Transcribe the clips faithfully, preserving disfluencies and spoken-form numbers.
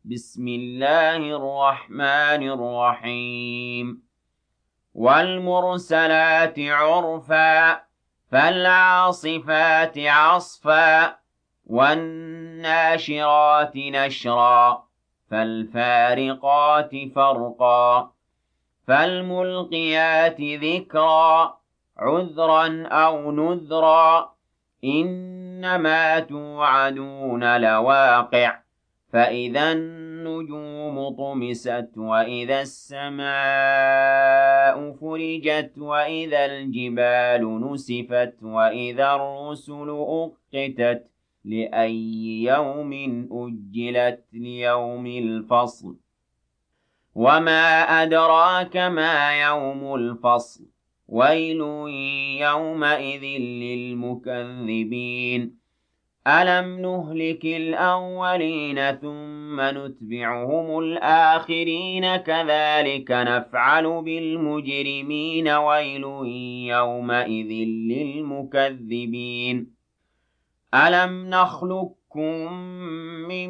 بسم الله الرحمن الرحيم والمرسلات عرفا فالعاصفات عصفا والناشرات نشرا فالفارقات فرقا فالملقيات ذكرا عذرا أو نذرا إنما توعدون لواقع فإذا النجوم طمست وإذا السماء فرجت وإذا الجبال نسفت وإذا الرسل أقتت لأي يوم أجلت ليوم الفصل وما أدراك ما يوم الفصل ويل يومئذ للمكذبين ألم نهلك الأولين ثم نتبعهم الآخرين كذلك نفعل بالمجرمين ويل يومئذ للمكذبين ألم نخلقكم من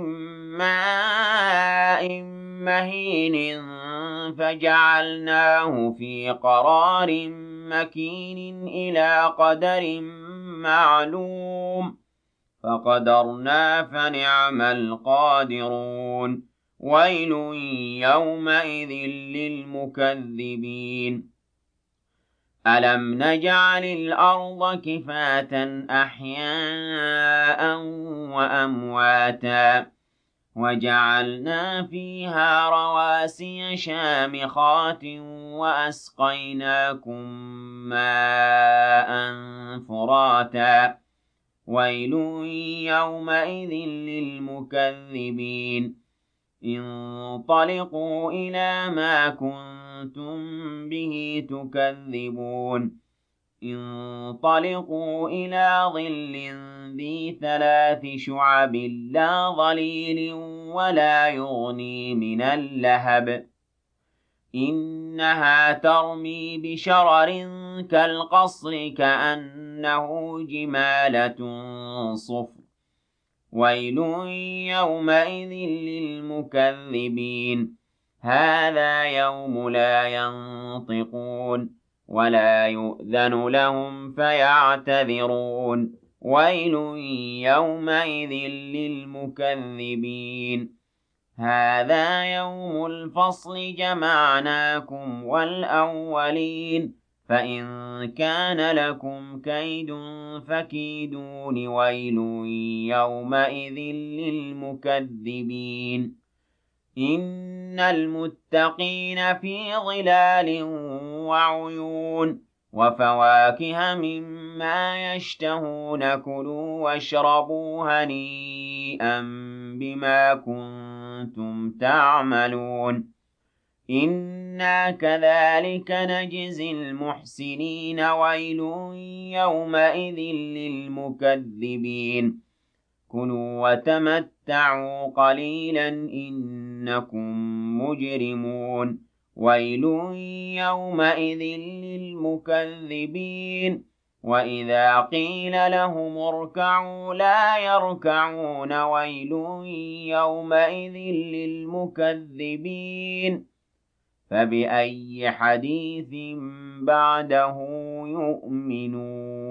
ماء مهين فجعلناه في قرار مكين إلى قدر معلوم فقدرنا فنعم القادرون ويل يومئذ للمكذبين ألم نجعل الأرض كفاة أحياء وأمواتا وجعلنا فيها رواسي شامخات وأسقيناكم ماء فراتا ويل يومئذ للمكذبين انطلقوا إلى ما كنتم به تكذبون انطلقوا إلى ظل ذي ثلاث شعب لا ظليل ولا يغني من اللهب إنها ترمي بشرر كالقصر كأنه جمالة صفر ويل يومئذ للمكذبين هذا يوم لا ينطقون ولا يؤذن لهم فيعتذرون ويل يومئذ للمكذبين هذا يوم الفصل جمعناكم والأولين فإن كان لكم كيد فكيدون ويل يومئذ للمكذبين إن المتقين في ظلال وعيون وفواكه مما يشتهون كلوا واشربوا هنيئا بما كنتم تعملون إنا كذلك نجزي المحسنين ويل يومئذ للمكذبين كلوا وتمتعوا قليلا إنكم مجرمون ويل يومئذ للمكذبين وإذا قيل لهم اركعوا لا يركعون ويل يومئذ للمكذبين فبأي حديث بعده يؤمنون